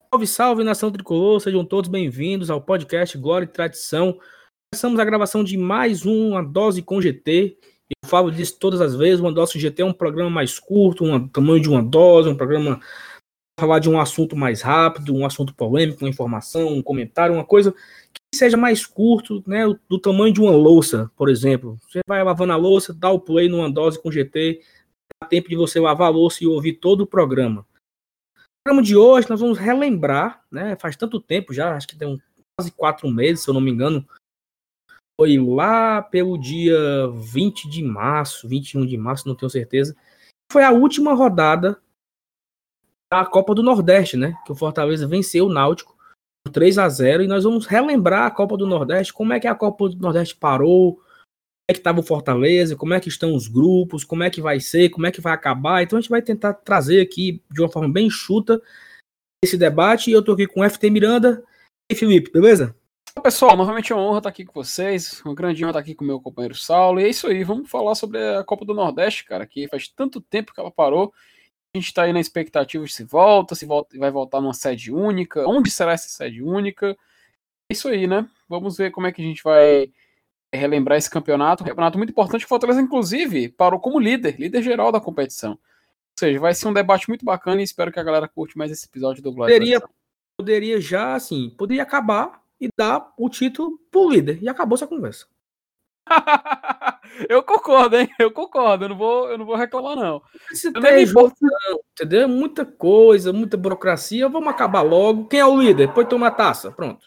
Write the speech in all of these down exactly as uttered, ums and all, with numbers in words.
Salve, salve, nação tricolor, sejam todos bem-vindos ao podcast Glória e Tradição. Começamos a gravação de mais uma dose com G T. Eu falo disso todas as vezes, uma dose com G T é um programa mais curto, um tamanho de uma dose, um programa para falar de um assunto mais rápido, um assunto polêmico, uma informação, um comentário, uma coisa que seja mais curto, né, do tamanho de uma louça, por exemplo. Você vai lavando a louça, dá o play numa dose com G T, dá tempo de você lavar a louça e ouvir todo o programa. No programa de hoje nós vamos relembrar, né? Faz tanto tempo já, acho que tem um, quase quatro meses, se eu não me engano. Foi lá pelo dia vinte de março, vinte e um de março, não tenho certeza. Foi a última rodada da Copa do Nordeste, né? Que o Fortaleza venceu o Náutico por três a zero. E nós vamos relembrar a Copa do Nordeste, como é que a Copa do Nordeste parou, como é que estava o Fortaleza, como é que estão os grupos, como é que vai ser, como é que vai acabar. Então a gente vai tentar trazer aqui de uma forma bem enxuta esse debate. E eu tô aqui com o F T Miranda e Felipe, beleza? Olá, pessoal, novamente é uma honra estar aqui com vocês, uma grande honra estar aqui com o meu companheiro Saulo. E é isso aí, vamos falar sobre a Copa do Nordeste, cara, que faz tanto tempo que ela parou. A gente tá aí na expectativa de se volta, se volta, vai voltar numa sede única, onde será essa sede única. É isso aí, né? Vamos ver como é que a gente vai relembrar esse campeonato. Um campeonato muito importante, que o Fortaleza, inclusive, parou como líder, líder geral da competição. Ou seja, vai ser um debate muito bacana e espero que a galera curte mais esse episódio do Glória. Poderia, poderia já, assim, poderia acabar e dar o título pro líder. E acabou essa conversa. Eu concordo, hein? Eu concordo, eu não vou, eu não vou reclamar, não. Se tem jogo, entendeu? Muita coisa, muita burocracia. Vamos acabar logo. Quem é o líder? Depois toma a taça. Pronto.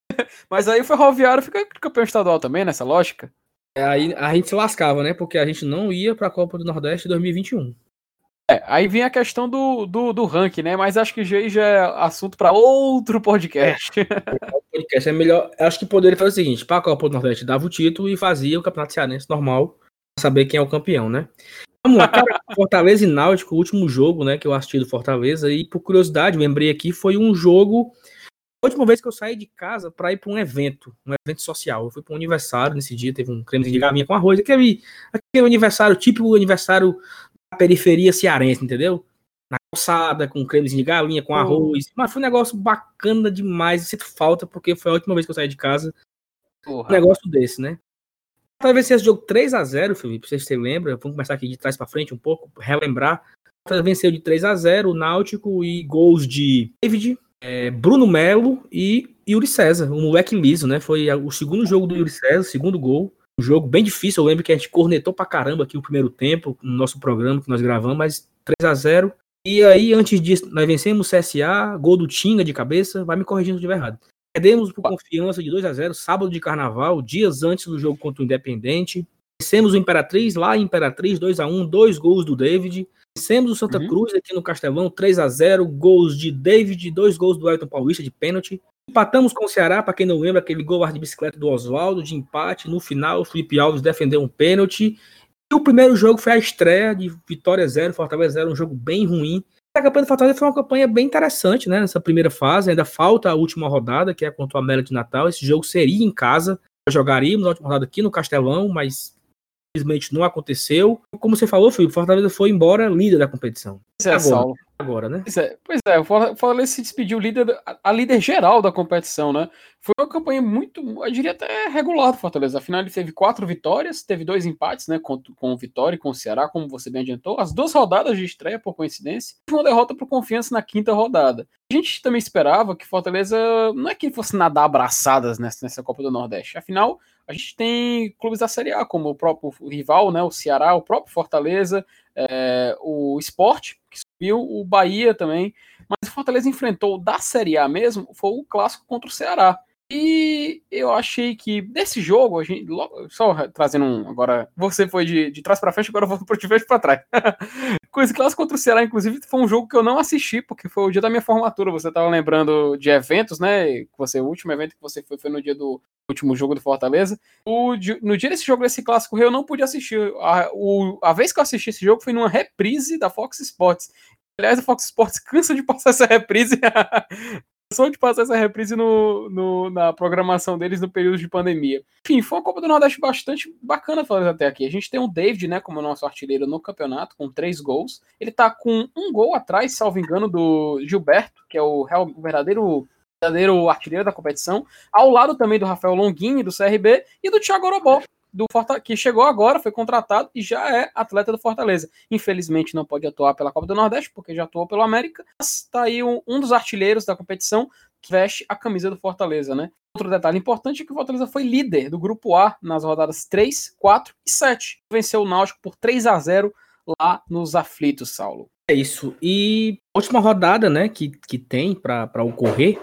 Mas aí o Ferroviário fica campeão estadual também, nessa lógica? É, aí a gente se lascava, né? Porque a gente não ia pra Copa do Nordeste dois mil e vinte e um. É, aí vem a questão do, do, do ranking, né? Mas acho que já, já é assunto para outro podcast. podcast é melhor. Acho que poderia fazer o seguinte: para a Copa do Nordeste dava o título e fazia o Campeonato Cearense normal, pra saber quem é o campeão, né? Vamos lá, cara. Fortaleza e Náutico, o último jogo, né, que eu assisti do Fortaleza, e por curiosidade, lembrei aqui, foi um jogo. A última vez que eu saí de casa para ir para um evento, um evento social. Eu fui para um aniversário nesse dia, teve um creme de galinha com arroz, aquele, aquele aniversário, típico aniversário da periferia cearense, entendeu? Na calçada, com cremezinho de galinha, com arroz. Oh. Mas foi um negócio bacana demais. Sinto falta, porque foi a última vez que eu saí de casa. Oh, um negócio desse, né? Talvez seja esse jogo três a zero, Felipe. Não sei se você lembra. Vamos começar aqui de trás para frente um pouco, relembrar. Venceu de três a zero o Náutico e gols de David, é, Bruno Melo e Yuri César, o moleque liso, né? Foi o segundo jogo do Yuri César, segundo gol. Um jogo bem difícil. Eu lembro que a gente cornetou pra caramba aqui o primeiro tempo, no nosso programa que nós gravamos, mas três a zero. E aí, antes disso, nós vencemos o C S A, gol do Tinga de cabeça, vai me corrigindo se eu estiver errado. Perdemos por Confiança de dois a zero, sábado de carnaval, dias antes do jogo contra o Independente. Vencemos o Imperatriz, lá em Imperatriz, dois a um, dois gols do David. Vencemos o Santa uhum. Cruz aqui no Castelão, três a zero, gols de David, dois gols do Elton Paulista de pênalti. Empatamos com o Ceará, para quem não lembra, aquele gol de bicicleta do Oswaldo, de empate. No final, o Felipe Alves defendeu um pênalti. E o primeiro jogo foi a estreia de Vitória zero, Fortaleza zero, um jogo bem ruim. A campanha do Fortaleza foi uma campanha bem interessante, né? Nessa primeira fase, ainda falta a última rodada, que é contra o América de Natal. Esse jogo seria em casa, nós jogaríamos a última rodada aqui no Castelão, mas infelizmente não aconteceu. Como você falou, Felipe, o Fortaleza foi embora líder da competição. Isso é, agora, Saulo. Agora, né? Pois é, pois é, o Fortaleza se despediu líder, a líder geral da competição, né? Foi uma campanha muito, eu diria até regular do Fortaleza. Afinal, ele teve quatro vitórias, teve dois empates, né? Com, com o Vitória e com o Ceará, como você bem adiantou. As duas rodadas de estreia, por coincidência, e uma derrota por Confiança na quinta rodada. A gente também esperava que Fortaleza não é que fosse nadar abraçadas nessa, nessa Copa do Nordeste. Afinal, a gente tem clubes da Série A, como o próprio rival, né? O Ceará, o próprio Fortaleza, é, o Sport, que subiu, o Bahia também. Mas o Fortaleza enfrentou da Série A mesmo, foi o clássico contra o Ceará. E eu achei que desse jogo, a gente, só trazendo um, agora, você foi de, de trás para frente, agora eu vou de frente para trás. Com esse clássico contra o Ceará, inclusive, foi um jogo que eu não assisti, porque foi o dia da minha formatura. Você estava lembrando de eventos, né? Você, o último evento que você foi foi no dia do último jogo do Fortaleza. O, no dia desse jogo, desse clássico, eu não pude assistir. A, o, a vez que eu assisti esse jogo foi numa reprise da Fox Sports. Aliás, a Fox Sports cansa de passar essa reprise só de passar essa reprise no, no, na programação deles no período de pandemia. Enfim, foi uma Copa do Nordeste bastante bacana falar até aqui. A gente tem o David, né, como nosso artilheiro no campeonato, com três gols. Ele tá com um gol atrás, salvo engano, do Gilberto, que é o, real, o verdadeiro, verdadeiro artilheiro da competição, ao lado também do Rafael Longini, do C R B, e do Thiago Orobó, do Fortaleza, que chegou agora, foi contratado e já é atleta do Fortaleza. Infelizmente não pode atuar pela Copa do Nordeste, porque já atuou pelo América, mas tá aí um, um dos artilheiros da competição que veste a camisa do Fortaleza, né? Outro detalhe importante é que o Fortaleza foi líder do Grupo A nas rodadas três, quatro e sete. Venceu o Náutico por três a zero lá nos aflitos, Saulo. É isso. E a última rodada, né, que, que tem para ocorrer,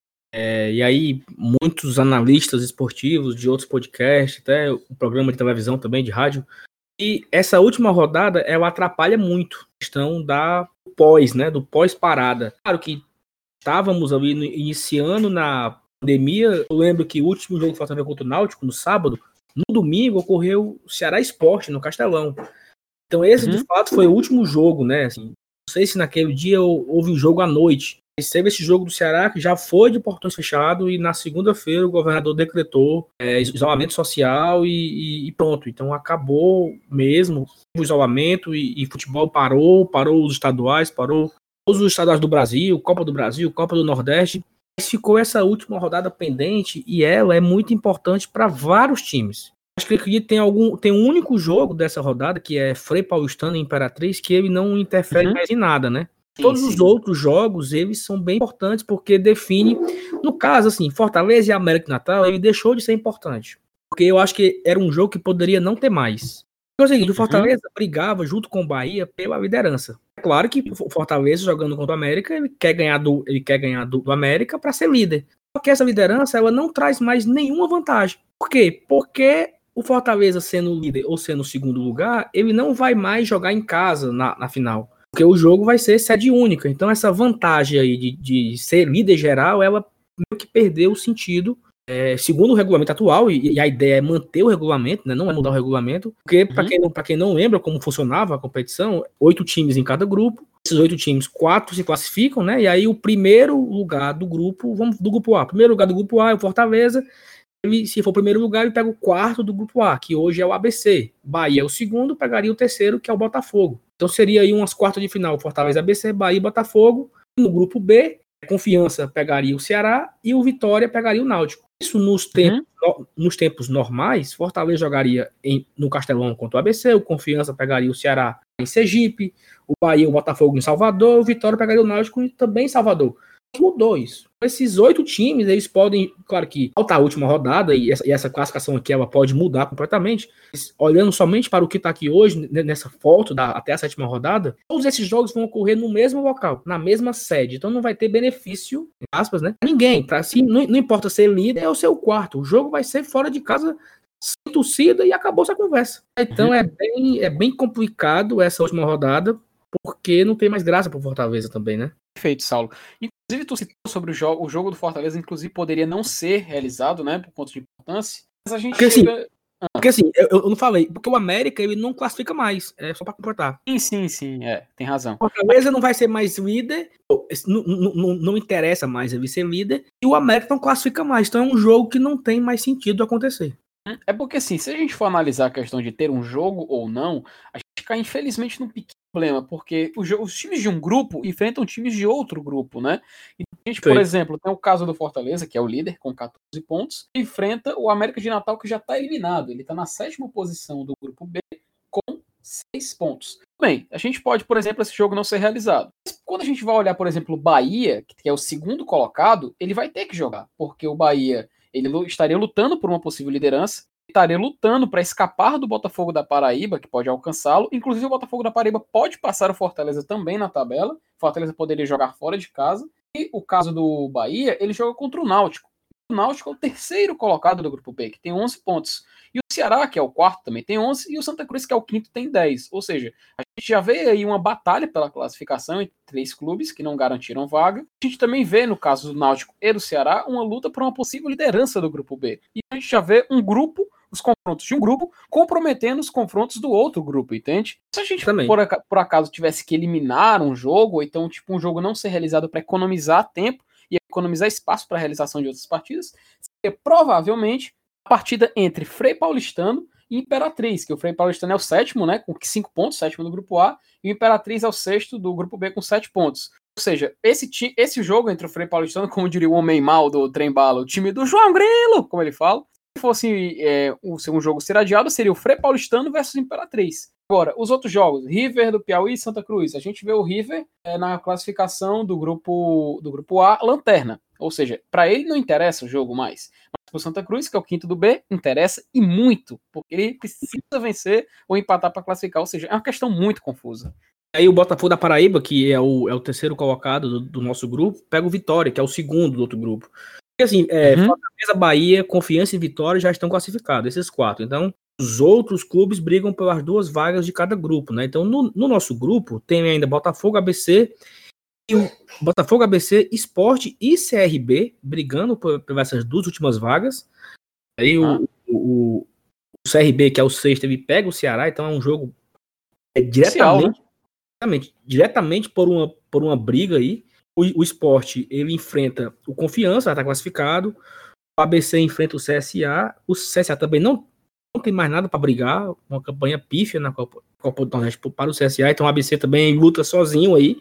É, e aí, muitos analistas esportivos de outros podcasts, até o programa de televisão também, de rádio, e essa última rodada, ela atrapalha muito a questão da pós, né, do pós-parada. Claro que estávamos ali no, iniciando na pandemia, eu lembro que o último jogo do Fortaleza contra o Náutico, no sábado, no domingo, ocorreu o Ceará Sport, no Castelão. Então esse, uhum. de fato, foi o último jogo, né, assim, não sei se naquele dia houve um jogo à noite. Teve esse jogo do Ceará que já foi de portões fechados e na segunda-feira o governador decretou é, isolamento social e, e pronto. Então acabou mesmo o isolamento e, e futebol parou, parou os estaduais, parou todos os estaduais do Brasil, Copa do Brasil, Copa do Nordeste. Mas ficou essa última rodada pendente e ela é muito importante para vários times. Acho que aqui tem algum, tem um único jogo dessa rodada que é Frei Paulistano e Imperatriz que ele não interfere uhum. mais em nada, né? Sim, Todos sim. os outros jogos, eles são bem importantes, porque define, no caso, assim, Fortaleza e América de Natal, ele deixou de ser importante. Porque eu acho que era um jogo que poderia não ter mais. É o seguinte, o Fortaleza uhum. brigava junto com o Bahia pela liderança. É claro que o Fortaleza, jogando contra o América, ele quer ganhar do, ele quer ganhar do, do América para ser líder. Só que essa liderança, ela não traz mais nenhuma vantagem. Por quê? Porque o Fortaleza, sendo líder ou sendo segundo lugar, ele não vai mais jogar em casa na, na final. Porque o jogo vai ser sede única. Então essa vantagem aí de, de ser líder geral, ela meio que perdeu o sentido, é, segundo o regulamento atual, e, e a ideia é manter o regulamento, né, não é mudar o regulamento, porque uhum. para quem, não, quem não lembra como funcionava a competição, oito times em cada grupo, esses oito times, quatro se classificam, né, e aí o primeiro lugar do grupo, vamos do grupo A, o primeiro lugar do grupo A é o Fortaleza, ele, se for o primeiro lugar, ele pega o quarto do grupo A, que hoje é o A B C. Bahia é o segundo, pegaria o terceiro, que é o Botafogo. Então seria aí umas quartas de final, Fortaleza, A B C, Bahia e Botafogo. No grupo B, Confiança pegaria o Ceará e o Vitória pegaria o Náutico. Isso nos tempos, uhum. no, nos tempos normais, Fortaleza jogaria em, no Castelão contra o A B C, o Confiança pegaria o Ceará em Sergipe, o Bahia e o Botafogo em Salvador, o Vitória pegaria o Náutico também em Salvador. Mudou isso. Esses oito times, eles podem, claro que falta a última rodada e essa, e essa classificação aqui, ela pode mudar completamente, olhando somente para o que está aqui hoje, nessa foto da, até a sétima rodada, todos esses jogos vão ocorrer no mesmo local, na mesma sede, então não vai ter benefício, aspas, né, ninguém, pra, assim, não, não importa ser líder ou ser o quarto, o jogo vai ser fora de casa, sem torcida e acabou essa conversa. Então é bem, é bem complicado essa última rodada, porque não tem mais graça para o Fortaleza também, né? Perfeito, Saulo. Inclusive, tu citou sobre o jogo, o jogo do Fortaleza, inclusive, poderia não ser realizado, né, por conta de importância, mas a gente porque, chega... assim, ah. porque assim, eu, eu não falei, porque o América, ele não classifica mais, é só para completar. Sim, sim, sim, é, tem razão. O Fortaleza não vai ser mais líder, não, não, não interessa mais ele ser líder, e o América não classifica mais, então é um jogo que não tem mais sentido acontecer. É porque, assim, se a gente for analisar a questão de ter um jogo ou não, a gente cai, infelizmente, num pequeno problema, porque os, os times de um grupo enfrentam times de outro grupo, né? E a gente, por exemplo, tem o caso do Fortaleza, que é o líder, com catorze pontos, e enfrenta o América de Natal, que já está eliminado. Ele está na sétima posição do grupo B, com seis pontos. Bem, a gente pode, por exemplo, esse jogo não ser realizado. Mas quando a gente vai olhar, por exemplo, o Bahia, que é o segundo colocado, ele vai ter que jogar, porque o Bahia ele estaria lutando por uma possível liderança, estaria lutando para escapar do Botafogo da Paraíba, que pode alcançá-lo. Inclusive, o Botafogo da Paraíba pode passar o Fortaleza também na tabela. Fortaleza poderia jogar fora de casa. E o caso do Bahia, ele joga contra o Náutico. O Náutico é o terceiro colocado do grupo B, que tem onze pontos. E o Ceará, que é o quarto, também tem onze. E o Santa Cruz, que é o quinto, tem dez. Ou seja, a gente já vê aí uma batalha pela classificação entre três clubes que não garantiram vaga. A gente também vê, no caso do Náutico e do Ceará, uma luta por uma possível liderança do grupo B. E a gente já vê um grupo, os confrontos de um grupo, comprometendo os confrontos do outro grupo, entende? Se a gente, por, por acaso, tivesse que eliminar um jogo, ou então, tipo, um jogo não ser realizado para economizar tempo e economizar espaço para a realização de outras partidas, seria provavelmente a partida entre Frei Paulistano e Imperatriz, que o Frei Paulistano é o sétimo, né, com cinco pontos, sétimo do grupo A, e o Imperatriz é o sexto do grupo B com sete pontos. Ou seja, esse, esse jogo entre o Frei Paulistano, como diria o homem mal do Trem Bala, o time do João Grilo, como ele fala, se fosse é, um, um jogo ser adiado, seria o Frei Paulistano versus Imperatriz. Agora, os outros jogos, River do Piauí e Santa Cruz, a gente vê o River é, na classificação do grupo, do grupo A, lanterna. Ou seja, para ele não interessa o jogo mais. Mas para o Santa Cruz, que é o quinto do B, interessa e muito, porque ele precisa vencer ou empatar para classificar. Ou seja, é uma questão muito confusa. Aí o Botafogo da Paraíba, que é o, é o terceiro colocado do, do nosso grupo, pega o Vitória, que é o segundo do outro grupo. E assim, é, uhum. Fortaleza, Bahia, Confiança e Vitória já estão classificados, esses quatro. Então, os outros clubes brigam pelas duas vagas de cada grupo, né? Então, no, no nosso grupo, tem ainda Botafogo, A B C, e o Botafogo, A B C, Sport e C R B brigando por, por essas duas últimas vagas. Aí ah. o, o, o C R B, que é o sexto, ele pega o Ceará, então é um jogo é, diretamente, né? diretamente, diretamente por, uma, por uma briga aí. O, o Sport, ele enfrenta o Confiança, está classificado. O A B C enfrenta o C S A. O C S A também não, não tem mais nada para brigar. Uma campanha pífia na Copa, Copa do Nordeste para o C S A. Então o A B C também luta sozinho aí.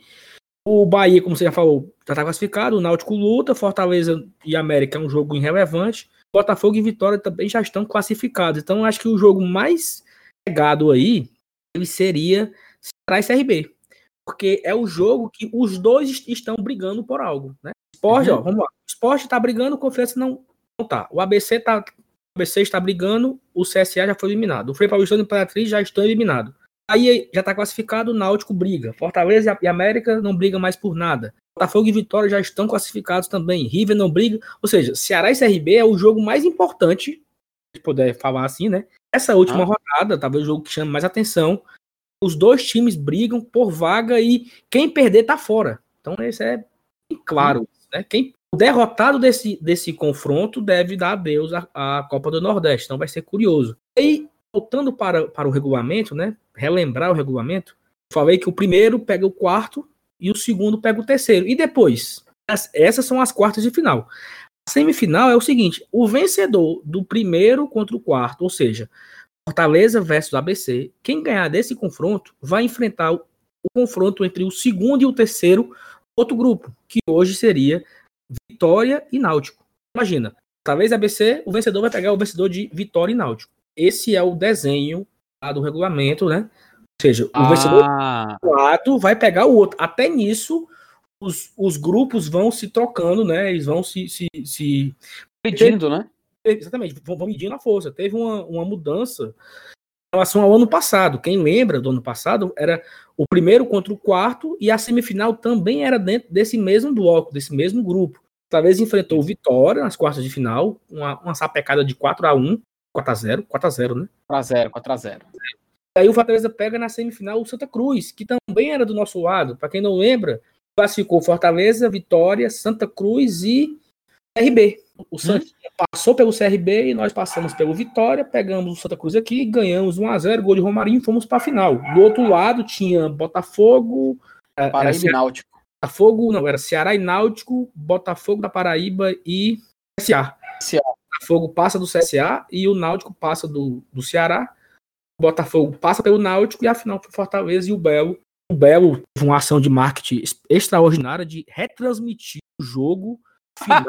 O Bahia, como você já falou, já está classificado. O Náutico luta. Fortaleza e América é um jogo irrelevante. Botafogo e Vitória também já estão classificados. Então acho que o jogo mais pegado aí ele seria Ceará e C R B. Porque é o jogo que os dois estão brigando por algo, né? Sport, uhum. ó, vamos lá. O Sport tá brigando, o Confiança não, não tá. O A B C tá, o A B C está brigando, o C S A já foi eliminado. O Frei Paulistano e o Imperatriz já estão eliminados. Aí já tá classificado, o Náutico briga. Fortaleza e América não brigam mais por nada. Botafogo e Vitória já estão classificados também. River não briga. Ou seja, Ceará e C R B é o jogo mais importante, se puder falar assim, né? Essa última ah. rodada, talvez o jogo que chama mais atenção. Os dois times brigam por vaga e quem perder tá fora. Então isso é bem claro, né? Quem o derrotado desse, desse confronto deve dar adeus à, à Copa do Nordeste. Então vai ser curioso. E voltando para, para o regulamento, né? Relembrar o regulamento, falei que o primeiro pega o quarto e o segundo pega o terceiro. E depois, as, essas são as quartas de final. A semifinal é o seguinte: o vencedor do primeiro contra o quarto, ou seja, Fortaleza versus A B C, quem ganhar desse confronto vai enfrentar o, o confronto entre o segundo e o terceiro outro grupo, que hoje seria Vitória e Náutico. Imagina, talvez A B C, o vencedor vai pegar o vencedor de Vitória e Náutico. Esse é o desenho lá do regulamento, né? Ou seja, o ah. vencedor do lado vai pegar o outro. Até nisso, os, os grupos vão se trocando, né? Eles vão se... se, se... pedindo, né? Exatamente, vão medindo a força. Teve uma, uma mudança em relação ao ano passado. Quem lembra do ano passado era o primeiro contra o quarto e a semifinal também era dentro desse mesmo bloco, desse mesmo grupo. Talvez enfrentou o Vitória nas quartas de final, uma, uma sapecada de quatro a um, quatro a zero, quatro a zero, né? quatro a zero, quatro a zero. Aí o Fortaleza pega na semifinal o Santa Cruz, que também era do nosso lado. Para quem não lembra, classificou Fortaleza, Vitória, Santa Cruz e C R B. O Santos hum. passou pelo C R B e nós passamos pelo Vitória, pegamos o Santa Cruz aqui, ganhamos um a zero, gol de Romarinho e fomos para a final. Do outro lado tinha Botafogo, Paraíba e Náutico. Botafogo, não, era Ceará e Náutico, Botafogo da Paraíba e C S A. C S A. O Botafogo passa do C S A e o Náutico passa do, do Ceará. O Botafogo passa pelo Náutico e a final foi Fortaleza e o Belo. O Belo teve uma ação de marketing extraordinária de retransmitir o jogo final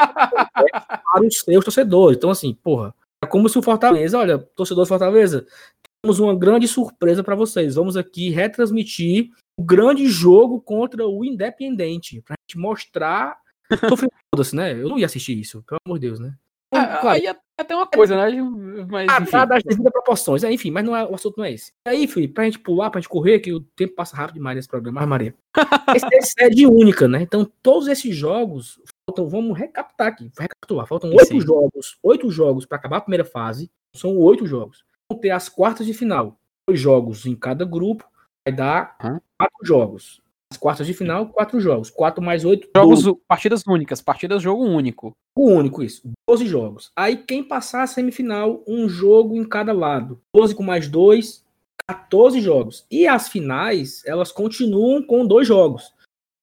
para os seus torcedores. Então, assim, porra, é como se o Fortaleza, olha, torcedor do Fortaleza, temos uma grande surpresa para vocês. Vamos aqui retransmitir o grande jogo contra o Independente, pra gente mostrar. Foda-se, né? Eu não ia assistir isso, pelo amor de Deus, né? Ah, claro. Aí é até uma coisa, né? Mas, ah, tá, das devidas proporções, é, enfim, mas não é, o assunto não é esse. Aí, filho, pra gente pular, pra gente correr, que o tempo passa rápido demais nesse programa, mas Maria. Esse é sede única, né? Então, todos esses jogos, faltam, vamos recaptar aqui, recapitular, faltam oito jogos, oito jogos pra acabar a primeira fase, são oito jogos. Vão ter as quartas de final, dois jogos em cada grupo, vai dar Hã? quatro jogos. As quartas de final, quatro jogos. Quatro mais oito, jogos, doze. Partidas únicas, partidas jogo único. O único, isso. doze jogos. Aí quem passar a semifinal, um jogo em cada lado. doze com mais dois, quatorze jogos. E as finais, elas continuam com dois jogos.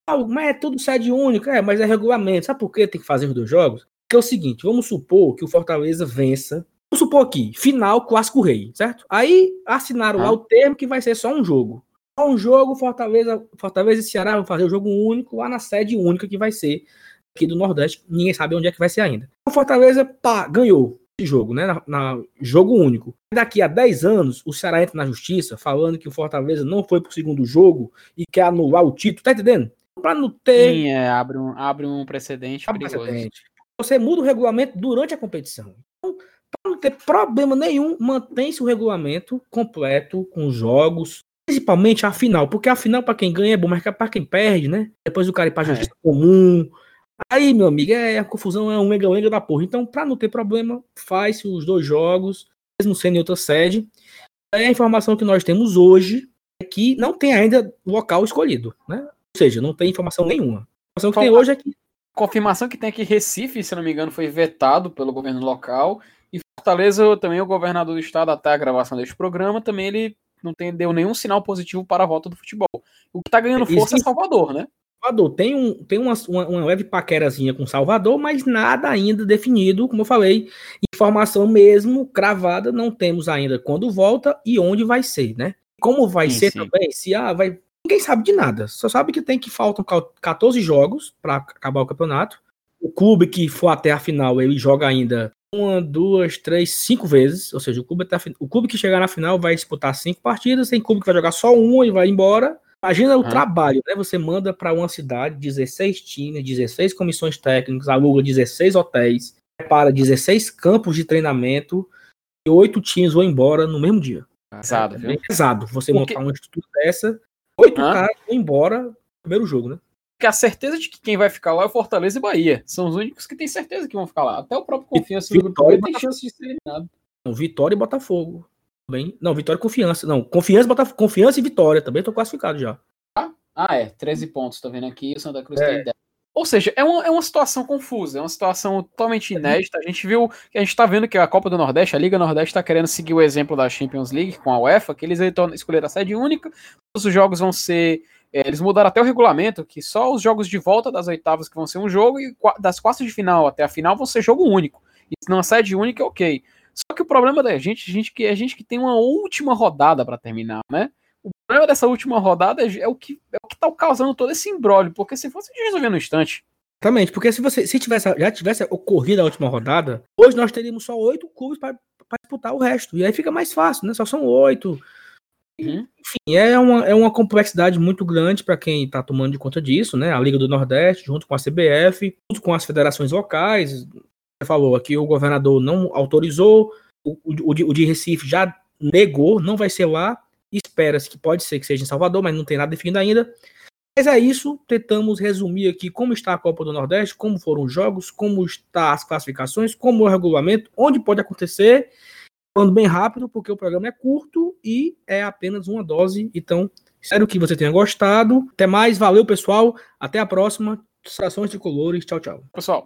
Ah, mas é tudo sede única, é, mas é regulamento. Sabe por que tem que fazer os dois jogos? Porque é o seguinte, vamos supor que o Fortaleza vença. Vamos supor aqui, final Clássico Rei, certo? Aí assinaram lá Hã? o termo que vai ser só um jogo. Só um jogo, Fortaleza, Fortaleza e Ceará vão fazer o jogo único lá na sede única que vai ser aqui do Nordeste. Ninguém sabe onde é que vai ser ainda. O Fortaleza, pá, ganhou esse jogo, né? Na, na jogo único. Daqui a dez anos, o Ceará entra na justiça falando que o Fortaleza não foi pro segundo jogo e quer anular o título, tá entendendo? Pra não ter Sim, é, abre um, abre um precedente perigoso. você muda o regulamento durante a competição. Então, para não ter problema nenhum, mantém-se o regulamento completo com jogos, principalmente a final, porque a final para quem ganha é bom, mas para quem perde, né? Depois o cara ir para É. justiça comum. Aí, meu amigo, é a confusão, é um lenga-lenga da porra. Então, para não ter problema, faz-se os dois jogos, mesmo sendo em outra sede. A informação que nós temos hoje é que não tem ainda local escolhido, né? Ou seja, não tem informação nenhuma. A informação que tem hoje é que Confirmação que tem aqui Recife, se não me engano, foi vetado pelo governo local. E Fortaleza, também o governador do estado, até a gravação deste programa, também ele não tem, deu nenhum sinal positivo para a volta do futebol. O que está ganhando força é existe. Salvador, né? Salvador tem, um, tem uma, uma, uma leve paquerazinha com Salvador, mas nada ainda definido, como eu falei, informação mesmo cravada, não temos ainda quando volta e onde vai ser, né? Como vai Sim, ser sim. também, se ah, vai. Ninguém sabe de nada, só sabe que tem que faltam quatorze jogos para acabar o campeonato. O clube que for até a final, ele joga ainda uma, duas, três, cinco vezes, ou seja, o clube, até a, o clube que chegar na final vai disputar cinco partidas, tem clube que vai jogar só uma e vai embora. Imagina o Hã? trabalho, né? Você manda para uma cidade dezesseis times, dezesseis comissões técnicas, aluga dezesseis hotéis, prepara dezesseis campos de treinamento e oito times vão embora no mesmo dia. Pesado, É viu? bem pesado você Porque, montar uma estrutura dessa, oito hã? caras vão embora no primeiro jogo, né? Porque a certeza de que quem vai ficar lá é o Fortaleza e Bahia. São os únicos que têm certeza que vão ficar lá. Até o próprio Confiança do Grupo Vitória e B tem Botafogo. chance de ser eliminado. Não, Vitória e Botafogo. Bem, não, Vitória e Confiança. Não, Confiança, Botafogo, Confiança e Vitória. Também estou classificado já. Ah, é. treze pontos, tô vendo aqui. O Santa Cruz tem É, dez. Ou seja, é uma, é uma situação confusa, é uma situação totalmente inédita. A gente viu, a gente tá vendo que a Copa do Nordeste, a Liga Nordeste, tá querendo seguir o exemplo da Champions League com a UEFA, que eles escolheram a sede única, todos os jogos vão ser. É, eles mudaram até o regulamento, que só os jogos de volta das oitavas que vão ser um jogo, e das quartas de final até a final vão ser jogo único. E se não a sede única, ok. Só que o problema da gente, a gente que a gente que tem uma última rodada para terminar, né? O problema dessa última rodada é o que é o que tá causando todo esse imbróglio, porque se fosse de resolver no instante. exatamente, porque se você se tivesse, já tivesse ocorrido a última rodada, hoje nós teríamos só oito clubes para disputar o resto. E aí fica mais fácil, né? Só são oito. Uhum. Enfim, é uma, é uma complexidade muito grande para quem está tomando de conta disso, né? A Liga do Nordeste, junto com a C B F, junto com as federações locais. Você falou aqui, o governador não autorizou, o, o, o de Recife já negou, não vai ser lá. Espera-se que pode ser que seja em Salvador, mas não tem nada definido ainda. Mas é isso, tentamos resumir aqui como está a Copa do Nordeste, como foram os jogos, como estão as classificações, como é o regulamento, onde pode acontecer, falando bem rápido, porque o programa é curto e é apenas uma dose. Então, espero que você tenha gostado. Até mais, valeu pessoal, até a próxima. Saudações tricolores, tchau, tchau. Pessoal,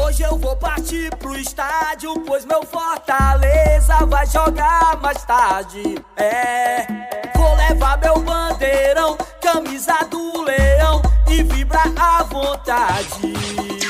Hoje eu vou partir pro estádio, pois meu Fortaleza vai jogar mais tarde. É, vou levar meu bandeirão, camisa do leão e vibrar à vontade.